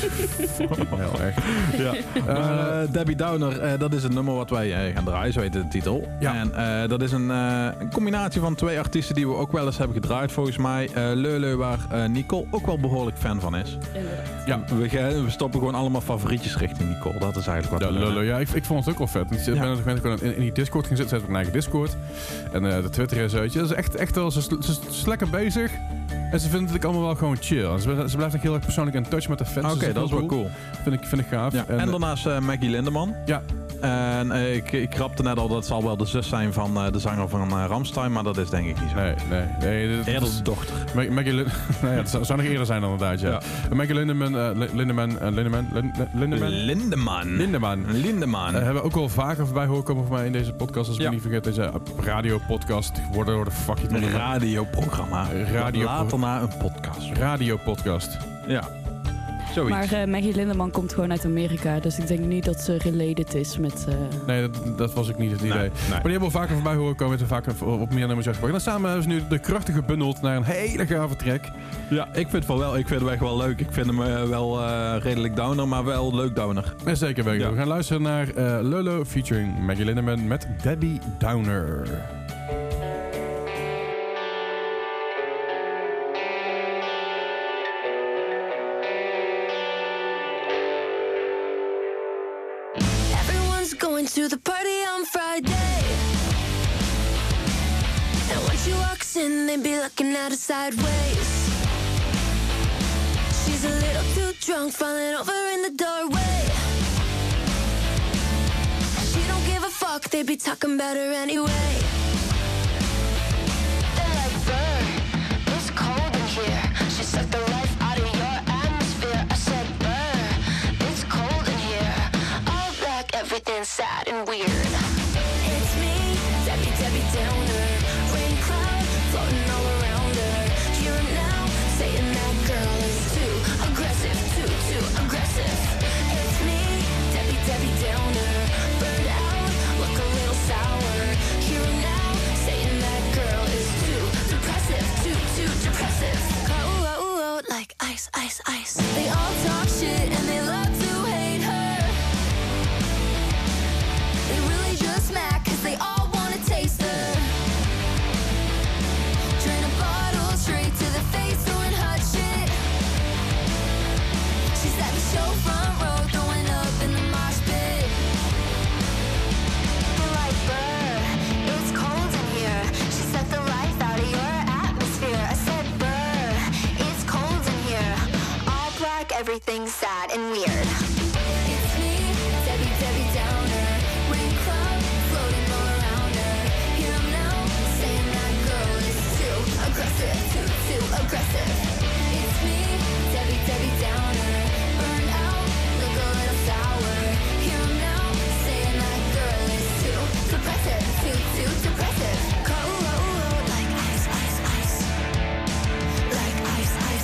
heel erg. Ja. Uh, Maar uh, Debbie Downer, uh, dat is het nummer wat wij uh, gaan draaien, zo heet de titel. Ja. En uh, dat is een, uh, een combinatie van twee artiesten die we ook wel eens hebben gedraaid volgens mij. Uh, Lele, waar uh, Nicole ook wel behoorlijk fan van is. Inderdaad. Ja. We, gaan, we stoppen gewoon allemaal favorietjes richting Nicole. Dat is eigenlijk wat Ja, we doen. lullo. Ja, ik, ik vond het ook wel vet. Ik ben Ja. op een gegeven moment in, in die Discord gaan zitten. Zet op mijn eigen Discord. En uh, de Twitter en zo. weet je. Dat is echt, echt wel... Ze, ze, ze is lekker bezig. En ze vinden het ook allemaal wel gewoon chill. En ze, ze blijft ook heel erg persoonlijk in touch met de fans. Oké, Dus dat is wel cool. Vind ik, vind ik gaaf. Ja. En, uh, daarnaast uh, Maggie Lindeman. Ja. En uh, ik, ik rapte net al, dat zal wel de zus zijn van uh, de zanger van uh, Rammstein, maar dat is denk ik niet zo. Nee, nee. nee dit- dit Eerder is- de dochter. Ma- Maggie Lin- nou ja, het zou, zou nog eerder zijn dan inderdaad, ja. Ja. Maggie Lindeman, uh, Li- Lindeman, uh, Lindeman, Lin- Lin- Lindeman, Lindeman. Lindeman. Lindeman. Uh, hebben we ook wel vaker voorbij horen komen voor mij in deze podcast. Als ik Ja. me niet vergeet, deze radio-podcast geworden door de fuck je het Een noemen. radioprogramma. Radio- Later na een podcast. Radio-podcast. Ja. Zoiets. Maar uh, Maggie Lindeman komt gewoon uit Amerika, dus ik denk niet dat ze related is met... Uh... Nee, dat, dat was ook niet het idee. Nee, nee. Maar die hebben we wel vaker voorbij horen komen. En vaker op meer nummers uitgebracht. En dan samen hebben ze nu de krachten gebundeld naar een hele gave track. Ja, ik vind het wel, wel, ik vind hem echt wel leuk. Ik vind hem uh, wel uh, redelijk downer, maar wel leuk downer. En zeker weten. Ja. We gaan luisteren naar uh, Lolo featuring Maggie Lindeman met Debbie Downer. Everyone's going to the party on Friday. And when she walks in, they be looking at her sideways. She's a little too drunk, falling over in the doorway. She don't give a fuck, they be talking about her anyway. They're like, "Burn, it's cold in here." She sucked the life out of your atmosphere. I said, "Burn, it's cold in here." All black, everything's sad and weird. It's me, Debbie, Debbie Downer. Rain cloud floating all around her. Hear him now saying that girl is too aggressive, too, too aggressive. It's me, Debbie, Debbie Downer. Burned out, look a little sour. Hear him now saying that girl is too depressive, too, too depressive. Oh, oh, oh, like ice, ice, ice. They all talk shit and they love to hate her. They really just mad cause they all wanna taste her. Drain a bottle straight to the face, throwing hot shit. She's at the show front row, throwing up in the mosh pit. They're like, "Brr, it's cold in here." She sucked the life out of your atmosphere. I said, "Brr, it's cold in here." All black, everything's sad and weird. It's me, Debbie, Debbie Downer. Rain cloud floating all around her. Hear him now saying that girl is too aggressive, too, too aggressive. It's me, Debbie, Debbie Downer. Burned out, look a little sour. Hear him now saying that girl is too depressive, too, too depressive. Cold like ice, ice, ice. Like ice, ice,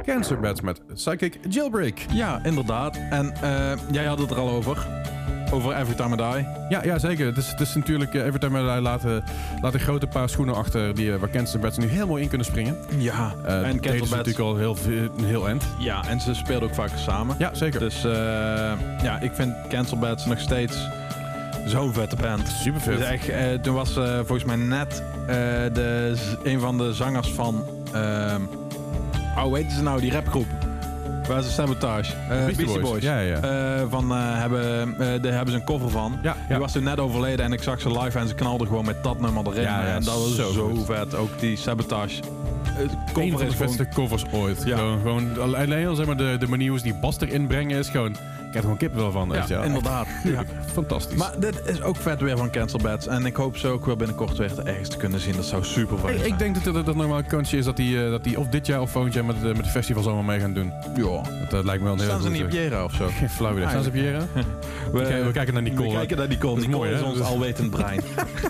Cancer Bats met Psychic Jailbreak. Ja, inderdaad. En uh, jij had het er al over. Over Every Time I Die. Ja, ja zeker. Het is, het is natuurlijk uh, Every Time I Die laten, laat een grote paar schoenen achter die, uh, waar Cancer Bats nu heel mooi in kunnen springen. Ja, Uh, en en Cancer is Bats natuurlijk al heel, een heel end. Ja, en ze speelden ook vaker samen. Ja, zeker. Dus uh, ja, ik vind Cancel Bats nog steeds zo'n vette band. Super vet. Dus echt, uh, toen was uh, volgens mij net uh, de, een van de zangers van... Uh, oh, hoe heet ze nou, die rapgroep? Waar is de Sabotage? Uh, Beastie Beastie Boys. Boys. Ja, ja. Uh, van, uh, hebben, uh, daar hebben ze een cover van. Ja, Die ja. was toen net overleden en ik zag ze live en ze knalden gewoon met dat nummer erin. Ja, ja, en dat was zo zo, goed. vet. Ook die Sabotage. Uh, Een cover van de is gewoon... vetste covers ooit. Ja. Gewoon, gewoon, alleen al zeg maar de, de manier die Bas erin brengen is gewoon... Ik heb er gewoon kippen wel van. weet je Ja, wel. inderdaad. Ja. Fantastisch. Maar dit is ook vet weer van Cancel Bats. En ik hoop ze ook wel binnenkort weer ergens te kunnen zien. Dat zou super fijn ik, zijn. ik denk dat dat, dat normaal een kansje is dat die, uh, dat die of dit jaar of volgend jaar met, de- met de festivals allemaal mee gaan doen. Ja. Dat, dat lijkt me wel een heel Staan ze goed, niet op uh, Jera of zo? Geen flauw idee. Staan ze op Jera? We, kijken- we kijken naar Nicole. We kijken naar Nicole. Dat is Nicole mooi, is hè? ons Dus- alwetend brein.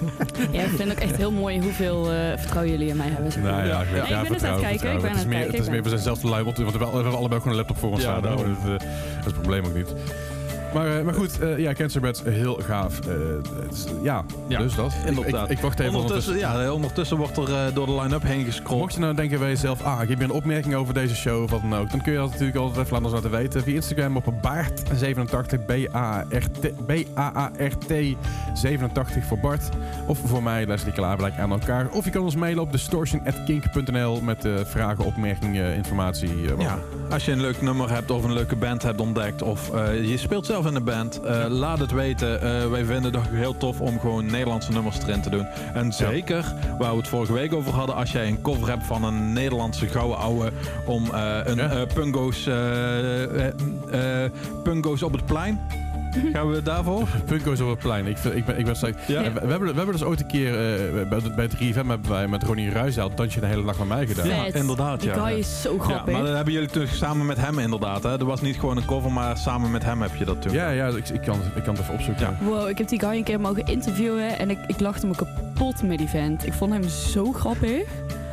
Ja, ik vind ook echt heel mooi hoeveel uh, vertrouwen jullie in mij hebben. Zeg maar. Nou ja, ik, weet- Ja, ja, ik ben eens aan het vertrouwen, kijken, ik ben vertrouwen. aan Het is meer, het kijken, het is ik meer, ben- we zijn zelf te lui op, want we hebben, we hebben allebei gewoon een laptop voor ons Ja, staan. daarom. Dat, uh, dat is het probleem ook niet. Maar, uh, maar goed, uh, ja, Cancer Bats, heel gaaf. Uh, het is- ja, Ja, dus dat. inderdaad. Ik, ik, ik wacht even Ondertussen, ondertussen. ja, ondertussen wordt er uh, door de line-up heen gescrollt. Mocht je nou denken bij jezelf, ah, ik heb hier een opmerking over deze show of wat dan ook, dan kun je dat natuurlijk altijd even laten ons laten weten via Instagram op baart zevenentachtig, B A A R T, B A A R T zevenentachtig voor Bart. Of voor mij, Leslie Klaverlijk, aan elkaar. Of je kan ons mailen op distortion at kink punt n l met uh, vragen, opmerkingen, informatie. Uh, wat- Ja, als je een leuk nummer hebt of een leuke band hebt ontdekt of uh, je speelt zelf in een band, uh, laat het weten. Uh, wij vinden het ook heel tof om gewoon Nederlandse nummers erin te doen. En zeker, waar we het vorige week over hadden, als jij een cover hebt van een Nederlandse gouden ouwe om uh, een Ja. uh, Pungo's, uh, uh, uh, Pungo's op het plein. Gaan we daarvoor? Punko's op het plein. Ik, vind- ik ben, ik ben sterk. Ja. En we, we, hebben, we hebben dus ooit een keer uh, bij, bij drie F M hebben wij met Ronnie Ruijzaal dansje de hele nacht met mij gedaan. Ja, Vet. inderdaad, Die ja. guy is zo Ja, grappig. maar dat hebben jullie toen samen met hem inderdaad. Hè? Dat was niet gewoon een cover, maar samen met hem heb je dat toen. Ja, ja, ik, ik, kan, ik kan het even opzoeken. Ja. Wow, ik heb die guy een keer mogen interviewen en ik, ik lachte me kapot met die vent. Ik vond hem zo grappig.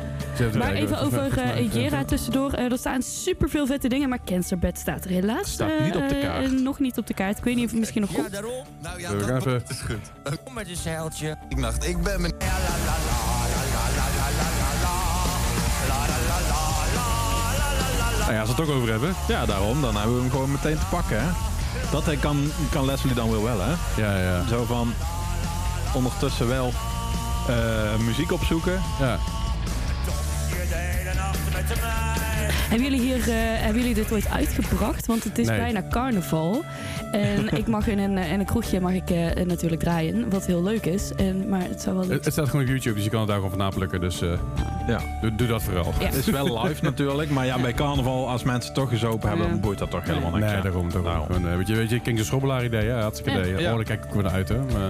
Maar even over uh, Jera tussendoor. Uh, er staan superveel vette dingen, maar Cancer Bats staat er helaas Staat uh, niet op de kaart. uh, nog niet op de kaart. Ik weet niet of het misschien nog Ja, komt. daarom. Nou ja, We gaan dat even- is goed. Kom met een zeiltje. Ik dacht, ik ben mijn... Ja, la, la, la, la, la, la, la, la, la, la. La, la, la, la, la, la, la, la. Nou ja, als we het toch over hebben. Ja, daarom. Dan hebben we hem gewoon meteen te pakken, hè. Dat hij kan, kan Leslie dan weer wel, hè. Ja, ja. Zo van... Ondertussen wel uh, muziek opzoeken. ja. Je de hele nacht met mij. Hebben jullie, hier, uh, hebben jullie dit ooit uitgebracht? Want het is Nee. bijna carnaval. En ik mag in een, in een kroegje mag ik, uh, natuurlijk draaien, wat heel leuk is. En, maar het zou wel Het, leuk het staat gewoon op YouTube, dus je kan het daar gewoon van naplukken. Dus uh, Ja. doe, doe dat vooral. Ja. Het is wel live natuurlijk. Maar ja, bij carnaval, als mensen toch gezopen hebben, Ja. dan boeit dat toch helemaal niks. Nee, hè. daarom. daarom. Daarom. Gewoon, uh, weet je, weet je, King's Schrobbelaar idee, ja, hartstikke Ja. idee. Ja. Oh, daar kijk ik ook weer naar uit, hè. Maar,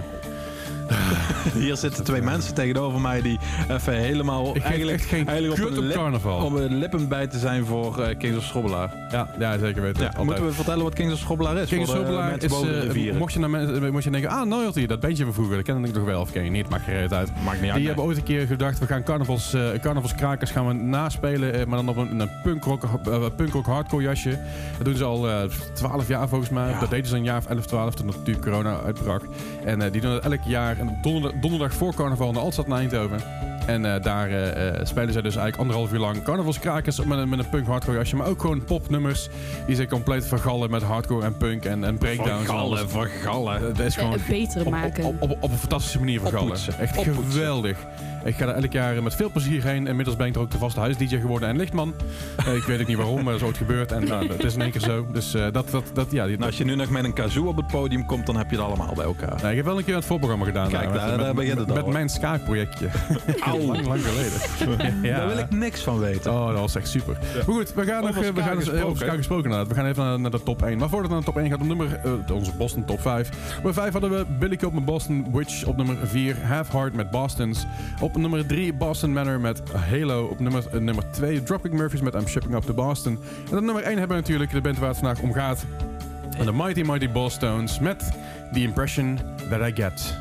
Hier zitten twee mensen tegenover mij die even helemaal... ik geef eigenlijk, echt geen eigenlijk kut op, op een lip, carnaval. om een lippen bij te zijn voor uh, Kings of Schrobbelaar. Ja, ja, zeker weten. Ja, Altijd. moeten we vertellen wat Kings of Schrobbelaar is? King's voor de Schrobbelaar mensen is, boven de uh, rivieren? mocht je, naar mensen, mocht je denken, ah, Loyalty, dat bandje van vroeger, dat ken ik nog wel. Of ken je niet, maakt geen reet uit. Maakt niet uit. Die nee. hebben ooit een keer gedacht, we gaan carnavals, uh, carnavalskrakers gaan we naspelen, uh, maar dan op een, een punkrock, uh, punkrock hardcore jasje. Dat doen ze al twaalf jaar volgens mij. Ja. Dat deden ze een jaar of elf, twaalf, toen natuurlijk corona uitbrak. En uh, die doen dat elk jaar, en donderdag, donderdag voor carnaval in de Altstad naar Eindhoven. En uh, daar uh, spelen zij dus eigenlijk anderhalf uur lang carnavalskrakers met een, met een punk hardcore jasje, maar ook gewoon popnummers die ze compleet vergallen met hardcore en punk en, en breakdowns. en alles. Vergallen, vergallen. Dat is gewoon Uh, beter op, maken. op, op, op een fantastische manier vergallen. Oppoetsen. Echt Oppoetsen. geweldig. Ik ga er elk jaar met veel plezier heen. Inmiddels ben ik er ook de vaste huis-D J geworden en lichtman. Uh, ik weet ook niet waarom, maar dat is ooit gebeurd. En nou, het is in één keer zo. Dus uh, dat, dat, dat, ja. Die, Nou, als je nu nog met een kazoo op het podium komt, dan heb je het allemaal bij elkaar. nou, ik heb wel een keer het voorprogramma gedaan. Kijk, met, daar- met, daar begint het met, al, met hoor. mijn Skype-projectje. Auw. lang, lang geleden. Ja. Daar wil ik niks van weten. Oh, dat was echt super. Maar goed, we gaan nog Over eh, we Sky gaan dus, eh, over gesproken. Sky gesproken inderdaad. We gaan even naar, naar de top één. Maar voordat we naar de top één gaan, op nummer, uh, onze Boston top vijf. Nummer vijf hadden we Billy Cope met Boston Witch. Op nummer vier Half Heart met Bostons. Op nummer drie Boston Manor met Halo. Op nummer, uh, nummer twee Dropkick Murphys met I'm Shipping Up to Boston. En op nummer één hebben we natuurlijk de band waar het vandaag om gaat. En de Mighty Mighty Bosstones met The Impression That I Get.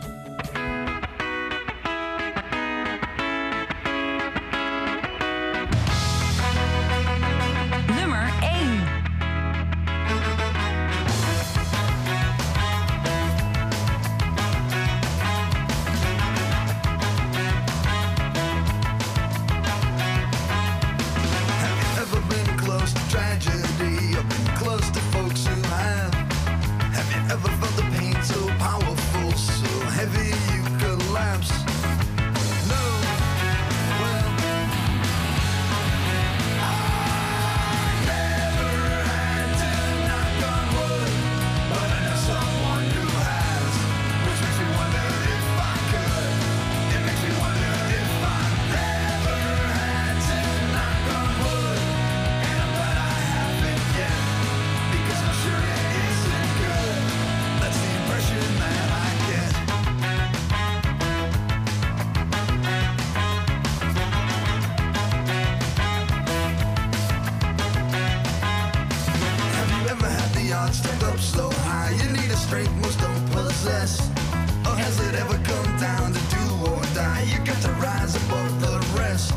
Nummer less? Or has it ever come down to do or die? You got to rise above the rest.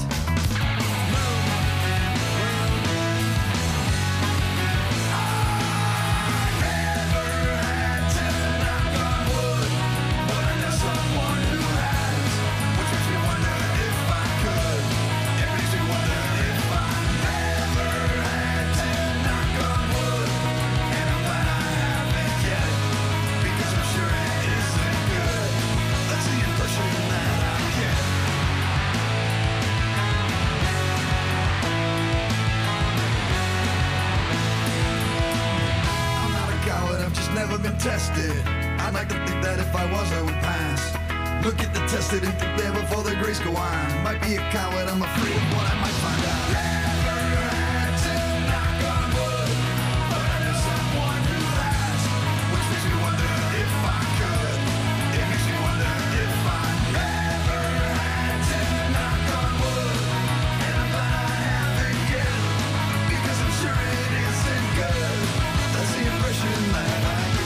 Tested. I'd like to think that if I was, I would pass. Look at the tested and think there before the grace go on. Might be a coward, I'm afraid of what I might find out. Never had to knock on wood, but I know someone who has, which makes me wonder if I could. It makes me wonder if I never had to knock on wood, and I'm glad I haven't yet, because I'm sure it isn't good. That's the impression that I get.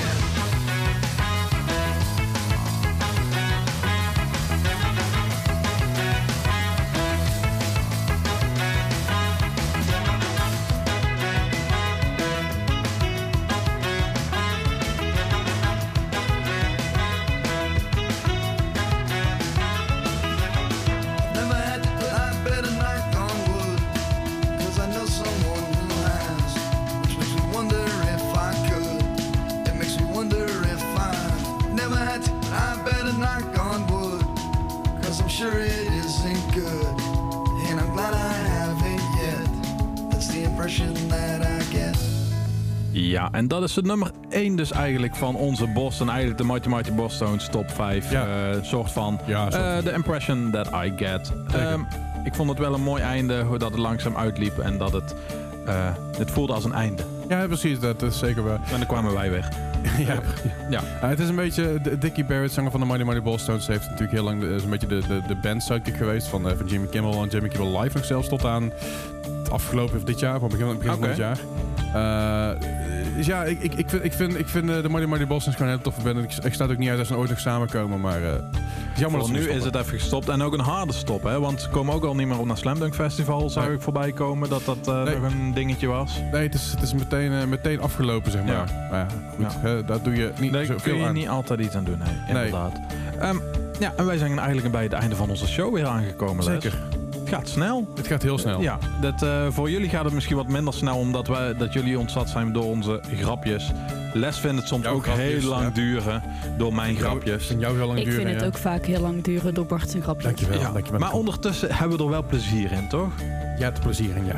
Ja, en dat is het nummer één dus eigenlijk van onze Boston. Eigenlijk de Mighty Mighty Bosstones top vijf. Ja. Uh, soort van Ja, soort uh, van. the impression that I get. Um, ik vond het wel een mooi einde, hoe dat het langzaam uitliep. En dat het, uh, het voelde als een einde. Ja, precies. Dat is zeker wel. En dan kwamen wij weg. ja. Ja. Uh, het is een beetje... de- Dickie Barrett, zanger van de Mighty Mighty Bosstones, heeft natuurlijk heel lang... de- is een beetje de, de, de band sidekick geweest van, uh, van Jimmy Kimmel. En Jimmy Kimmel live nog zelfs tot aan het afgelopen of dit jaar. Van begin, begin van Oké. dit jaar. Uh, dus ja, ik, ik, ik vind, ik vind, ik vind uh, de Mighty Mighty Bosstones gewoon een hele toffe band. En Ik, ik sta ook niet uit als ze ooit nog samenkomen, maar... Uh, het is jammer dat Voor ze nu stoppen. is het even gestopt. En ook een harde stop, hè? Want ze komen ook al niet meer op naar Slam Dunk Festival. Zou Nee. ik voorbij komen dat dat uh, Nee. nog een dingetje was. Nee, het is, het is meteen, uh, meteen afgelopen, zeg maar. Ja. Maar ja, goed. Ja. Uh, daar doe je niet Daar kun zoveel je aan. niet altijd iets aan doen, nee. Nee. Inderdaad. Ehm, ja, en wij zijn eigenlijk bij het einde van onze show weer aangekomen, Les. Zeker. Het gaat snel. Het gaat heel snel. Ja, dat, uh, voor jullie gaat het misschien wat minder snel, omdat wij, dat jullie ontzat zijn door onze grapjes. Les vindt het soms Jouw ook grapjes, heel lang ja. duren door mijn grapjes. En jou heel lang Ik duren, vind het ja. ook vaak heel lang duren door Bart zijn grapjes. Dankjewel. Ja, dankjewel. maar ondertussen hebben we er wel plezier in, toch? Ja, het plezier in, ja.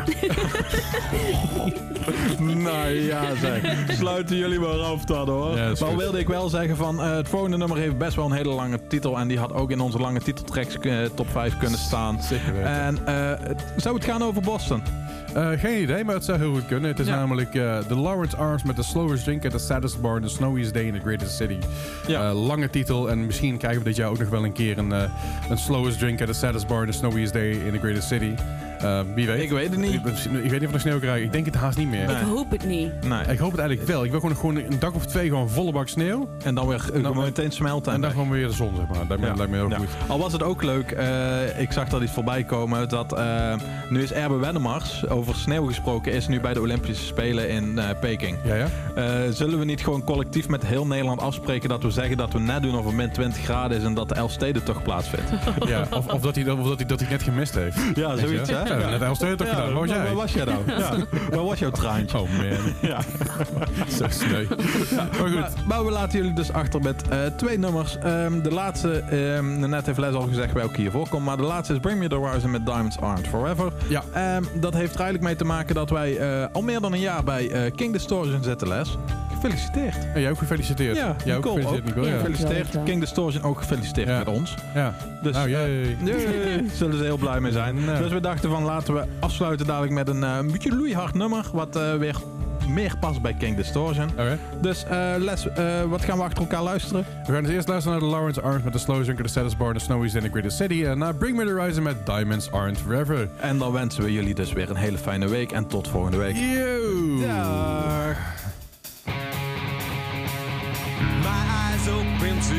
Nou ja, zeg. Sluiten jullie maar af dan, hoor. Ja, dat is maar goed. wilde ik wel zeggen van, uh, het volgende nummer heeft best wel een hele lange titel. En die had ook in onze lange titeltracks uh, top vijf kunnen staan. Zeker weten. En uh, het- zou het gaan over Boston? Uh, geen idee, maar het zou heel goed kunnen. Het is Ja. namelijk uh, The Lawrence Arms met The Slowest Drink at the Saddest Bar in the Snowiest Day in the Greatest City. Ja. Uh, lange titel en misschien krijgen we dit jaar ook nog wel een keer een, uh, een Slowest Drink at the Saddest Bar in the Snowiest Day in the Greatest City. Uh, wie weet. Ik weet het niet. Ik, ik weet niet of we nog sneeuw krijgen. Ik denk het haast niet meer. Nee. Ik hoop het niet. Nee. Ik hoop het eigenlijk wel. Ik wil gewoon, gewoon een dag of twee gewoon volle bak sneeuw. En dan weer uh, dan- gewoon meteen smelten. En dan weg. gewoon weer de zon, zeg maar. Dat Ja. lijkt me heel Ja. goed. Al was het ook leuk, uh, ik zag dat iets voorbij komen, dat uh, nu is Erbe Wennemars, over sneeuw gesproken, is nu bij de Olympische Spelen in uh, Peking. Ja, ja? Uh, zullen we niet gewoon collectief met heel Nederland afspreken dat we zeggen dat we net doen of het min twintig graden is en dat de Elfstedentocht plaatsvindt? ja. Of, of dat hij of dat hij, dat hij net gemist heeft. Ja, Weet je zoiets, wel? hè? Ja, we hebben net Elfsteden toch gedaan. Waar was waar, jij? waar was jij nou? Ja. Waar was jouw traantje? Oh man. Ja. Zo sneu. Maar goed. Maar, maar we laten jullie dus achter met uh, twee nummers. Um, de laatste, um, net heeft Les al gezegd welke hier voorkomt, maar de laatste is Bring Me The Horizon met Diamonds Aren't Forever. Ja. Um, dat heeft er eigenlijk mee te maken dat wij uh, al meer dan een jaar bij uh, King Distortion zitten, Les. Gefeliciteerd. En jij ook gefeliciteerd. Ja, jij ook Nicole gefeliciteerd, ook. Nicole. Ja. Ja. Gefeliciteerd. dankjewel. King Distortion ook gefeliciteerd Ja. met ons. ja. Dus Nou, uh, jee. nee, zullen ze heel blij mee zijn. Nou. Dus we dachten van laten we afsluiten dadelijk met een, uh, een beetje loeihard nummer. Wat uh, weer meer past bij King Distortion. Oké. Dus uh, Les, uh, wat gaan we achter elkaar luisteren? We gaan dus eerst luisteren naar The Lawrence Arms met The Slow Drink at the Saddest Bar in the Snowiest in the Greatest City. En na Bring Me The Horizon met Diamonds Aren't Forever. En dan wensen we jullie dus weer een hele fijne week. En tot volgende week. Yo! Dag. My eyes open to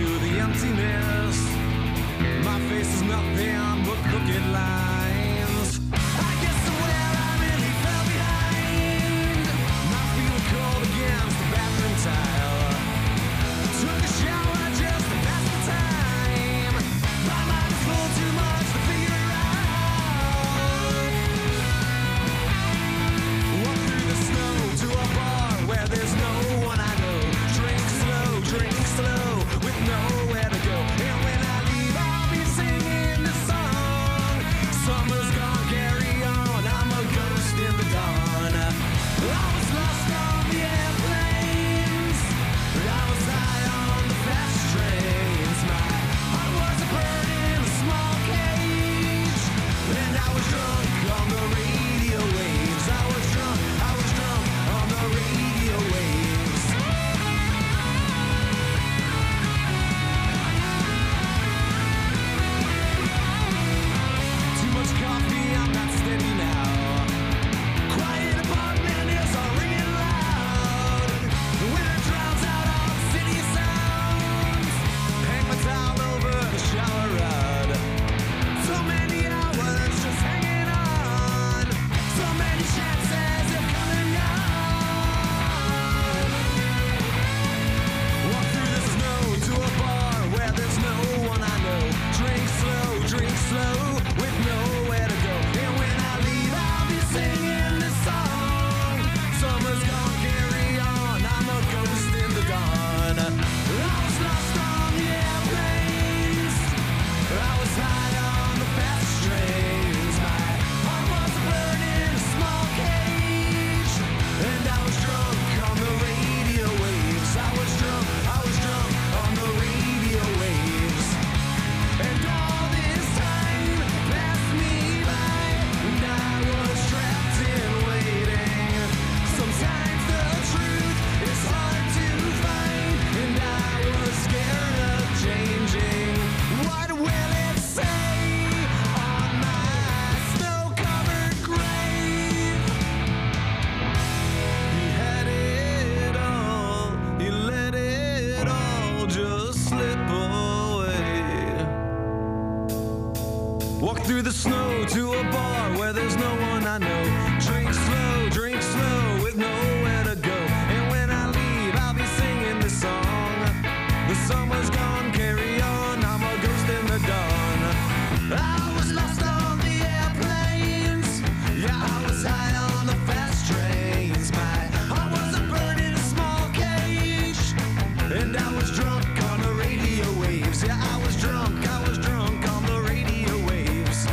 the snow, to a bar where there's no one I know. Drink slow, drink slow, with nowhere to go. And when I leave, I'll be singing this song. The summer's gone, carry on, I'm a ghost in the dawn. I was lost on the airplanes, yeah, I was high on the fast trains. My heart was a bird in a small cage, and I was drunk on the radio waves. Yeah, I was drunk, I was drunk on the radio waves.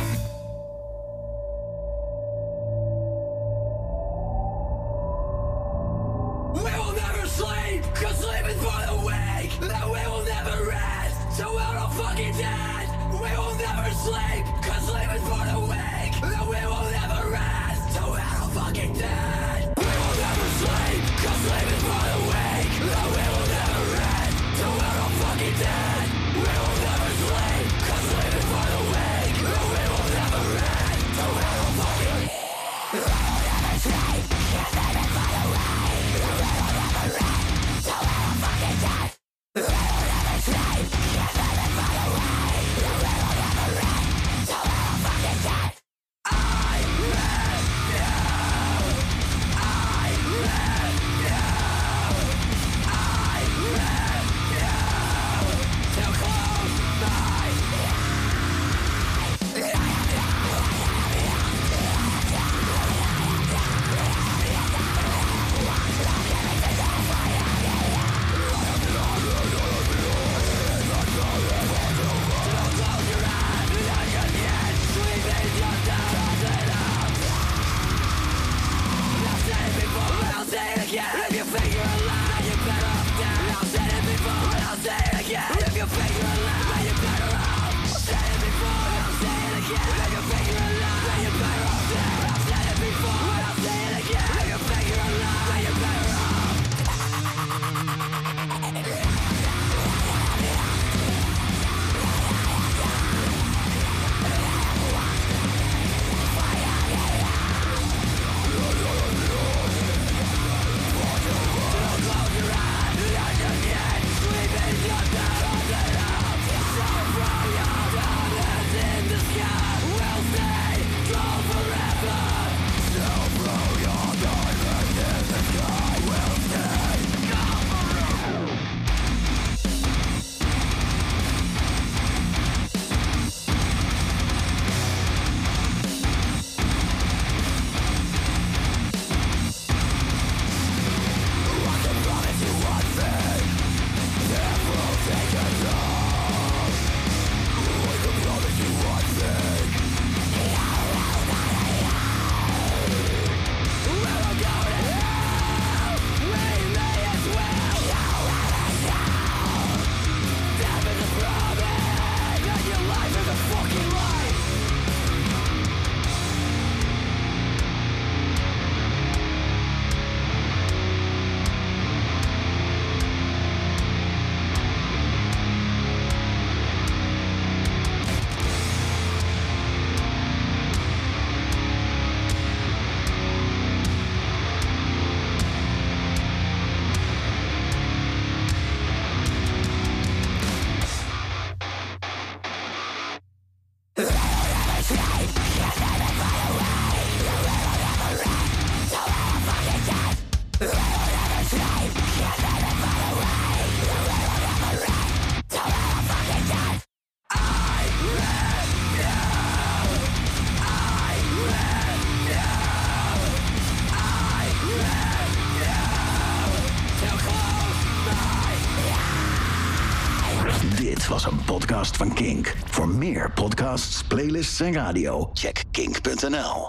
We will never sleep, cause sleep is for the weak. That we will never rest, so we're all fucking dead. We will never sleep, cause sleep is for the weak. That we will never rest, so we're all fucking dead. We will never sleep, cause sleep is for the weak. That we will never rest, so we're all fucking dead. We will never sleep, cause sleep is for the weak. That we will never rest, so we're all fucking dead. We will never sleep, cause sleep is for the weak. That we will never rest, so we're all fucking dead. We will never sleep, cause sleep is for the weak. That we will never rest, so we're all fucking dead. I miss you. I miss you. I miss you. To close my I'll say it again. If you figure a lie, you better off dead. I've said it before, and I'll say it again. If you figure a lie, you better off. I've said it before, and I'll say it again. If you figure a lie, you better off dead. I've said it before, and I'll say it again. If you figure a lie, you better off. Dit was een podcast van Kink. Voor meer podcasts, playlists en radio, check kink punt n l.